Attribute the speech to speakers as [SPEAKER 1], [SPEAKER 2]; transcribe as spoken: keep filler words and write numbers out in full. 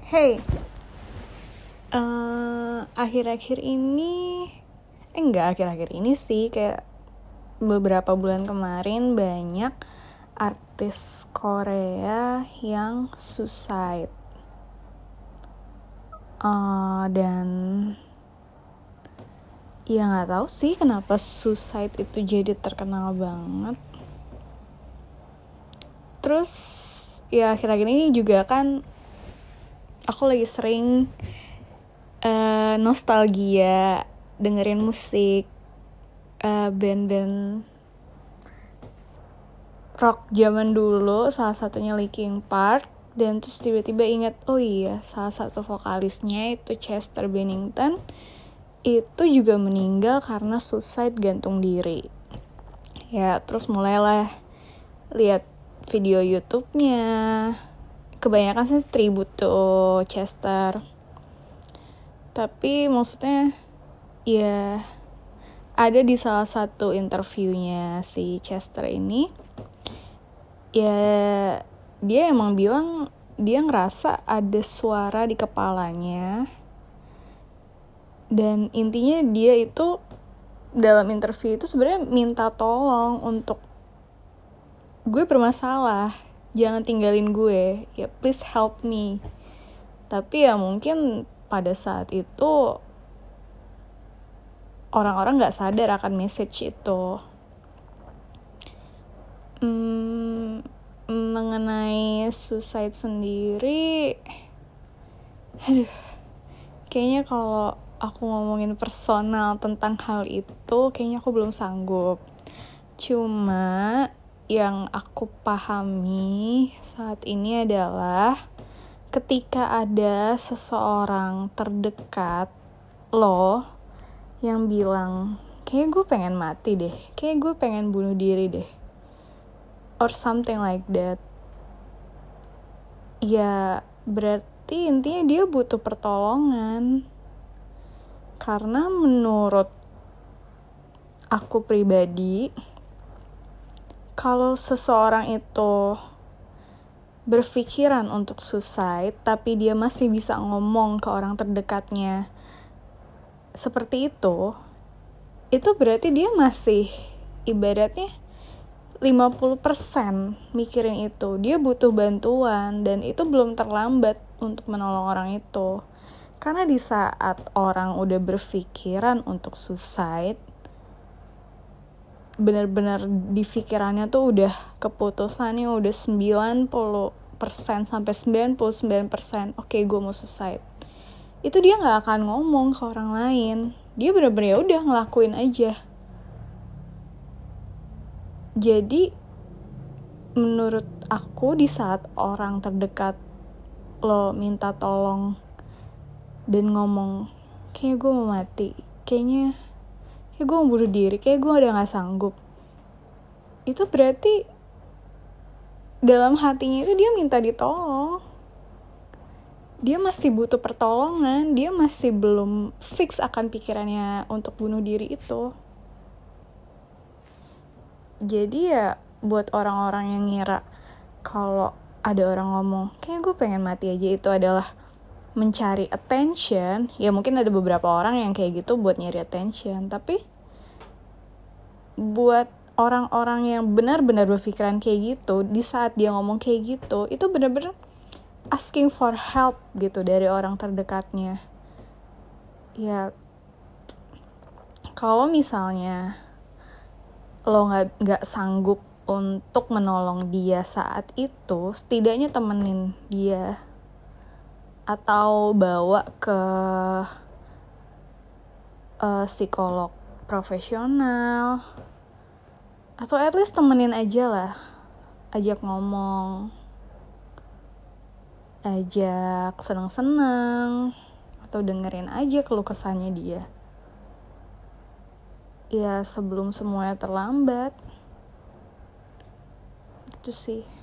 [SPEAKER 1] Hey, eh, akhir-akhir ini, eh enggak akhir-akhir ini sih, kayak beberapa bulan kemarin banyak artis Korea yang suicide. Eh, dan ya nggak tahu sih kenapa suicide itu jadi terkenal banget. Terus ya akhir-akhir ini juga kan aku lagi sering uh, nostalgia dengerin musik uh, band-band rock zaman dulu, salah satunya Linkin Park. Dan terus tiba-tiba ingat, oh iya, salah satu vokalisnya itu Chester Bennington itu juga meninggal karena suicide, gantung diri. Ya terus mulailah lihat video YouTube-nya. Kebanyakan sih tribute to Chester. Tapi maksudnya ya ada di salah satu interviewnya si Chester ini, ya dia emang bilang dia ngerasa ada suara di kepalanya. Dan intinya dia itu dalam interview itu sebenarnya minta tolong untuk, gue bermasalah, jangan tinggalin gue, ya please help me. Tapi ya mungkin pada saat itu orang-orang gak sadar akan message itu. Hmm, mengenai suicide sendiri, aduh, kayaknya kalau aku ngomongin personal tentang hal itu, kayaknya aku belum sanggup. Cuma yang aku pahami saat ini adalah ketika ada seseorang terdekat lo yang bilang, kayak gue pengen mati deh, kayak gue pengen bunuh diri deh, or something like that, ya berarti intinya dia butuh pertolongan. Karena menurut aku pribadi, kalau seseorang itu berpikiran untuk suicide, tapi dia masih bisa ngomong ke orang terdekatnya seperti itu, itu berarti dia masih ibaratnya lima puluh persen mikirin itu. Dia butuh bantuan dan itu belum terlambat untuk menolong orang itu. Karena di saat orang udah berpikiran untuk suicide, benar-benar di pikirannya tuh udah keputusannya udah sembilan puluh persen sampai sembilan puluh sembilan persen, oke gue mau suicide. Itu dia gak akan ngomong ke orang lain. Dia benar-benar udah ngelakuin aja. Jadi menurut aku di saat orang terdekat lo minta tolong dan ngomong, kayak gue mau mati, kayaknya kayak gue mau bunuh diri, kayak gue udah gak sanggup, itu berarti dalam hatinya itu dia minta ditolong. Dia masih butuh pertolongan. Dia masih belum fix akan pikirannya untuk bunuh diri itu. Jadi ya buat orang-orang yang ngira kalau ada orang ngomong, kayak gue pengen mati aja, itu adalah mencari attention, ya mungkin ada beberapa orang yang kayak gitu buat nyari attention. Tapi buat orang-orang yang benar-benar berpikiran kayak gitu, di saat dia ngomong kayak gitu, itu benar-benar asking for help gitu dari orang terdekatnya. Ya kalau misalnya lo nggak nggak sanggup untuk menolong dia saat itu, setidaknya temenin dia atau bawa ke uh, psikolog profesional, atau at least temenin aja lah, ajak ngomong, ajak senang-senang, atau dengerin aja keluh kesahnya dia. Ya sebelum semuanya terlambat. Itu sih.